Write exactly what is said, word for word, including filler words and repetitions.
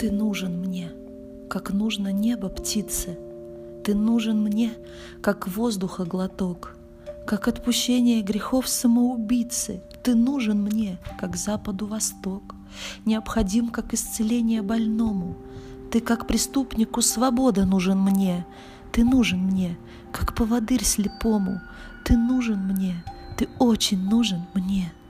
Ты нужен мне, как нужно небо птице. Ты нужен мне, как воздуха глоток, как отпущение грехов самоубийцы. Ты нужен мне, как западу восток, необходим, как исцеление больному. Ты, как преступнику, свобода нужен мне. Ты нужен мне, как поводырь слепому. Ты нужен мне, ты очень нужен мне.